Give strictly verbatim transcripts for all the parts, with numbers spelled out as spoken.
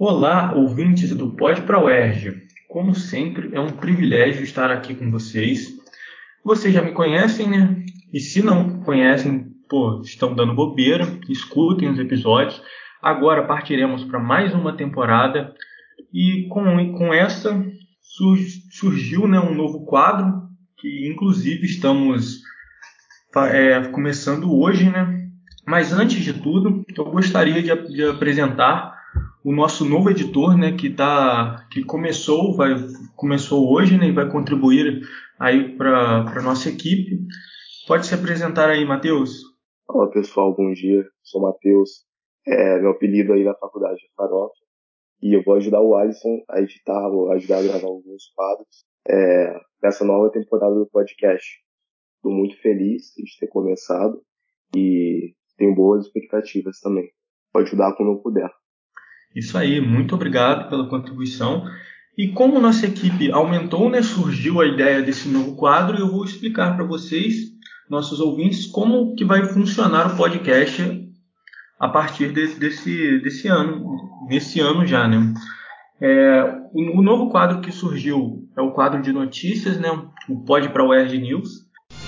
Olá, ouvintes do Pod pra U E R J. Como sempre, é um privilégio estar aqui com vocês. Vocês já me conhecem, né? E se não conhecem, pô, estão dando bobeira, escutem os episódios. Agora partiremos para mais uma temporada e com, com essa sur, surgiu, né, um novo quadro que inclusive estamos é, começando hoje, né? Mas antes de tudo, eu gostaria de, de apresentar o nosso novo editor, né, que tá, que começou, vai, começou hoje, né, e vai contribuir aí para a nossa equipe. Pode se apresentar aí, Matheus. Olá pessoal, bom dia. Sou o Matheus. É, meu apelido aí na faculdade é Farofa. E eu vou ajudar o Alisson a editar, vou ajudar a gravar alguns quadros é, nessa nova temporada do podcast. Estou muito feliz de ter começado e tenho boas expectativas também. Vou ajudar como eu puder. Isso aí, muito obrigado pela contribuição. E como nossa equipe aumentou, né, surgiu a ideia desse novo quadro, eu vou explicar para vocês, nossos ouvintes, como que vai funcionar o podcast a partir de, desse, desse ano, nesse ano já, né? É, o, o novo quadro que surgiu é o quadro de notícias, né, o Pod pra U E R J News.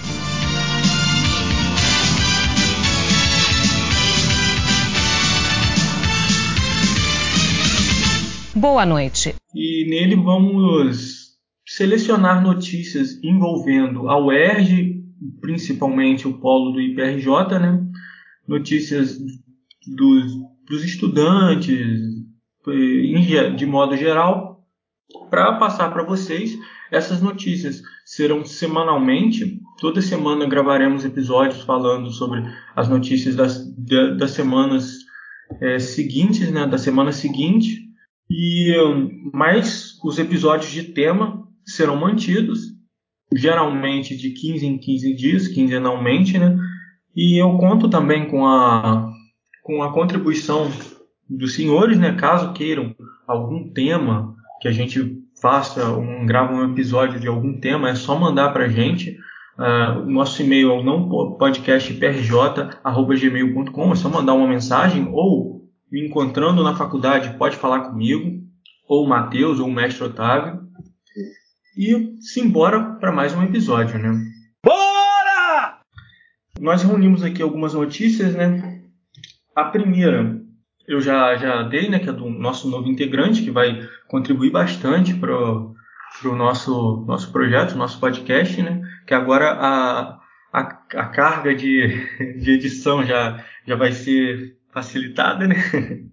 Boa noite. E nele vamos selecionar notícias envolvendo a U E R J, principalmente o polo do I P R J, né? Notícias dos, dos estudantes, de modo geral, para passar para vocês. Essas notícias serão semanalmente. Toda semana gravaremos episódios falando sobre as notícias das, das semanas é, seguintes, né? Da semana seguinte. E mais os episódios de tema serão mantidos, geralmente de quinze em quinze dias, quinzenalmente, né? E eu conto também com a, com a contribuição dos senhores, né? Caso queiram algum tema que a gente faça, um, grava um episódio de algum tema, é só mandar para a gente. Uh, o nosso e-mail é o não podcast p r j arroba gmail ponto com, é só mandar uma mensagem ou me encontrando na faculdade, pode falar comigo, ou o Matheus, ou o mestre Otávio. E simbora para mais um episódio, né? Bora! Nós reunimos aqui algumas notícias, né? A primeira, eu já, já dei, né? Que é do nosso novo integrante, que vai contribuir bastante para o nosso, nosso projeto, nosso podcast, né? Que agora a, a, a carga de, de edição já, já vai ser facilitada, né?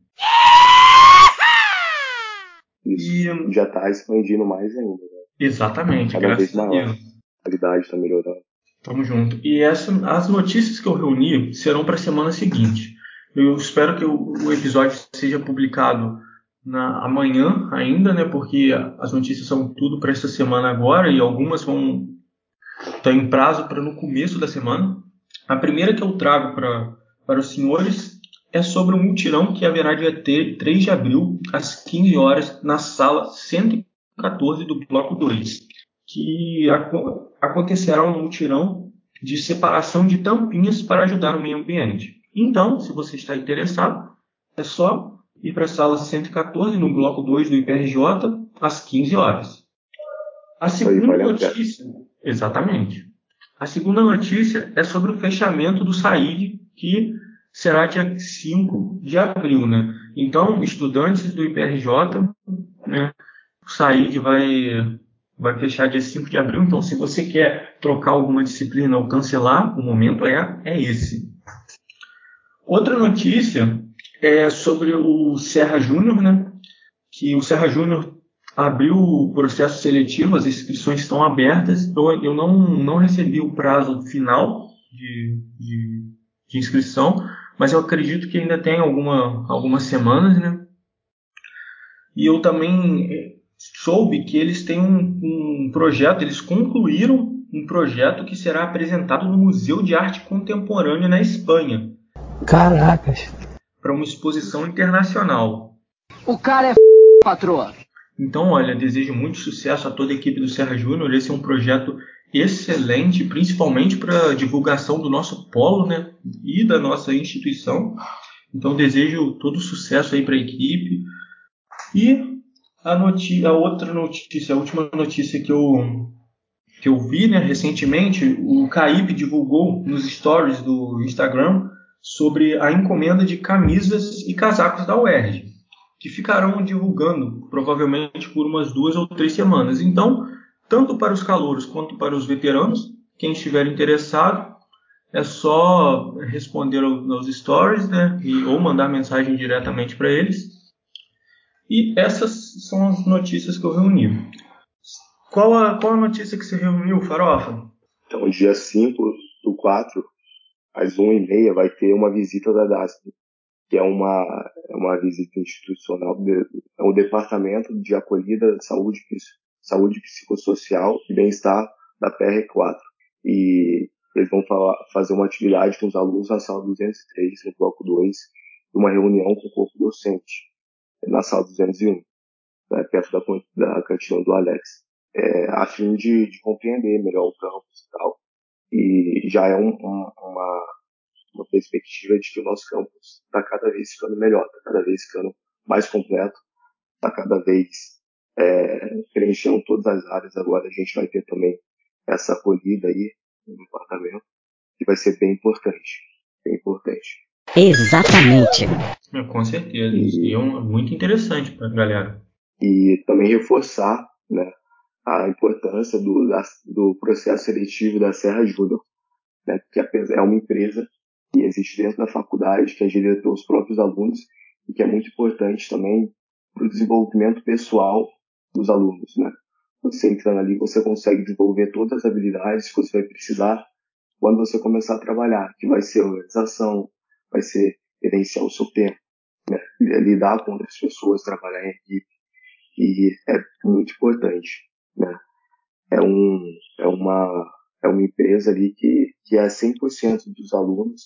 Isso e, já está expandindo mais ainda, né? Exatamente, cada graças vez maior. A qualidade está melhorando. Tamo junto. E essa, as notícias que eu reuni serão para a semana seguinte. Eu espero que o, o episódio seja publicado na, amanhã ainda, né? Porque as notícias são tudo para essa semana agora e algumas vão estar em prazo para no começo da semana. A primeira que eu trago pra, para os senhores é sobre um mutirão que haverá dia três de abril, às quinze horas, na sala cento e quatorze do Bloco dois, que ac- acontecerá um mutirão de separação de tampinhas para ajudar o meio ambiente. Então, se você está interessado, é só ir para a sala cento e quatorze, no Bloco dois do I P R J, às quinze horas. A segunda notícia... Exatamente. A segunda notícia é sobre o fechamento do SAID, que será dia cinco de abril, né? Então, estudantes do I P R J, né, o SAID vai, vai fechar dia cinco de abril. Então, se você quer trocar alguma disciplina ou cancelar, o momento é, é esse. Outra notícia é sobre o Serra Júnior, né? Que o Serra Júnior abriu o processo seletivo, as inscrições estão abertas. Eu, eu não, não recebi o prazo final de, de, de inscrição, mas eu acredito que ainda tem alguma, algumas semanas, né? E eu também soube que eles têm um, um projeto, eles concluíram um projeto que será apresentado no Museu de Arte Contemporânea na Espanha. Caracas! Para uma exposição internacional. O cara é f... patroa. Então, olha, desejo muito sucesso a toda a equipe do Serra Júnior. Esse é um projeto excelente, principalmente para a divulgação do nosso polo, né, e da nossa instituição. Então, desejo todo sucesso aí para a equipe. E a, noti- a outra notícia, a última notícia que eu, que eu vi, né, recentemente, o Caípe divulgou nos stories do Instagram sobre a encomenda de camisas e casacos da U E R J, que ficarão divulgando provavelmente por umas duas ou três semanas. Então, tanto para os calouros quanto para os veteranos, quem estiver interessado, é só responder aos stories, né, e, ou mandar mensagem diretamente para eles. E essas são as notícias que eu reuni. Qual a, qual a notícia que você reuniu, Farofa? Então, dia cinco do quatro, às uma e meia, vai ter uma visita da D A S P, que é uma, é uma visita institucional, é o Departamento de Acolhida, Saúde, Saúde Psicossocial e Bem-Estar da P R quatro. E eles vão falar, fazer uma atividade com os alunos na sala duzentos e três, no bloco dois, e uma reunião com o corpo docente na sala duzentos e um, né, perto da, da cantina do Alex, é, a fim de, de compreender melhor o campus e tal. E já é um, um, uma, uma perspectiva de que o nosso campus está cada vez ficando melhor, está cada vez ficando mais completo, está cada vez é, preenchendo todas as áreas. Agora a gente vai ter também essa acolhida aí no departamento, que vai ser bem importante, bem importante. Exatamente. É, com certeza, isso e, é um, muito interessante para a galera. E também reforçar, né, a importância do, da, do processo seletivo da Serra Júnior, né, que é uma empresa que existe dentro da faculdade, que é gerida pelos próprios alunos e que é muito importante também para o desenvolvimento pessoal dos alunos, né? Você entrando ali, você consegue desenvolver todas as habilidades que você vai precisar quando você começar a trabalhar, que vai ser organização, vai ser gerenciar o seu tempo, né? Lidar com outras pessoas, trabalhar em equipe, e é muito importante, né? É, um, é, uma, é uma empresa ali que, que é cem por cento dos alunos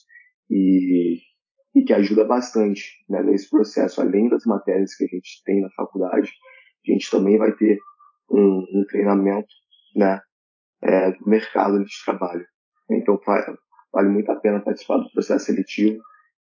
e, e que ajuda bastante, né, nesse processo. Além das matérias que a gente tem na faculdade, a gente também vai ter um, um treinamento, né, é, do mercado de trabalho. Então vale muito a pena participar do processo seletivo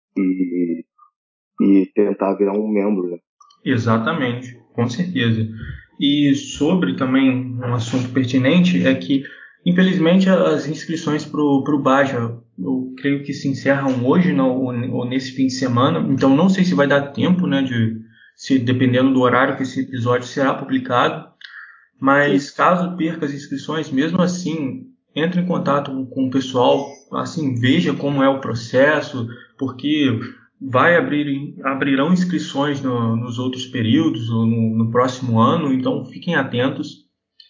e, e tentar virar um membro, né? Exatamente, com certeza. E sobre também um assunto pertinente é que, infelizmente, as inscrições para o Baja, eu creio que se encerram hoje, não, ou nesse fim de semana. Então não sei se vai dar tempo, né, de, se, dependendo do horário que esse episódio será publicado. Mas caso perca as inscrições, mesmo assim, entre em contato com o pessoal, assim, veja como é o processo, porque vai abrir, abrirão inscrições no, nos outros períodos ou no, no próximo ano, então fiquem atentos.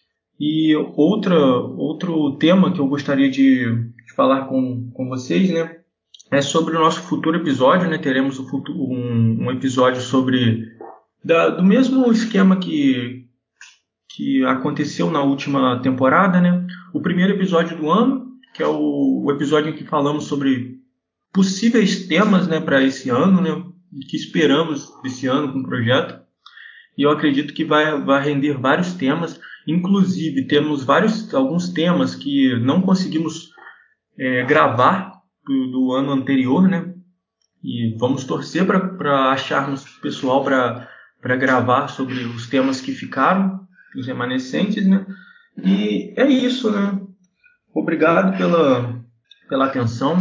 E outra, outro tema que eu gostaria de, de falar com, com vocês, né, é sobre o nosso futuro episódio, né? Teremos um, futuro, um, um episódio sobre da, do mesmo esquema que que aconteceu na última temporada, né? O primeiro episódio do ano, que é o, o episódio em que falamos sobre possíveis temas, né, para esse ano, né? O que esperamos desse ano com o projeto. E eu acredito que vai, vai render vários temas. Inclusive, temos vários, alguns temas que não conseguimos é, gravar do, do ano anterior, né? E vamos torcer para acharmos pessoal para gravar sobre os temas que ficaram, os remanescentes, né? E é isso, né? Obrigado pela, pela atenção.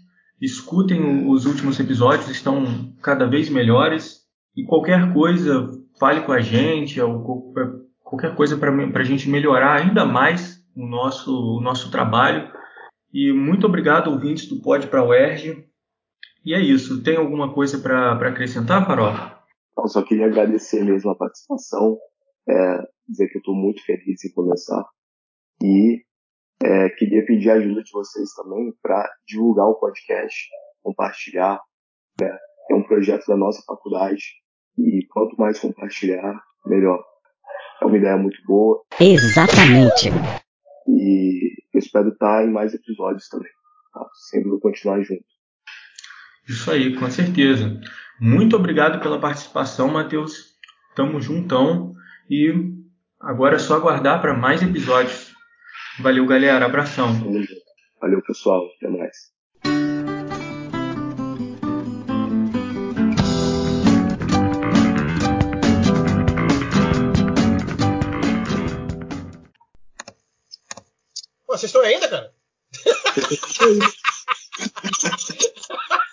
Escutem os últimos episódios, estão cada vez melhores. E qualquer coisa, fale com a gente, ou qualquer coisa para a gente melhorar ainda mais o nosso, o nosso trabalho. E muito obrigado, ouvintes do Pod para a U E R J. E é isso. Tem alguma coisa para acrescentar, Farofa? Eu só queria agradecer mesmo a participação, é, dizer que eu estou muito feliz em começar e é, queria pedir a ajuda de vocês também para divulgar o podcast, compartilhar, né? É um projeto da nossa faculdade e quanto mais compartilhar, melhor. É uma ideia muito boa. Exatamente. E eu espero estar em mais episódios também. Tá? Sempre vou continuar junto. Isso aí, com certeza. Muito obrigado pela participação, Matheus. Tamo juntão. E agora é só aguardar para mais episódios. Valeu, galera. Abração. Valeu, pessoal. Até mais. vocês estão aí ainda, cara?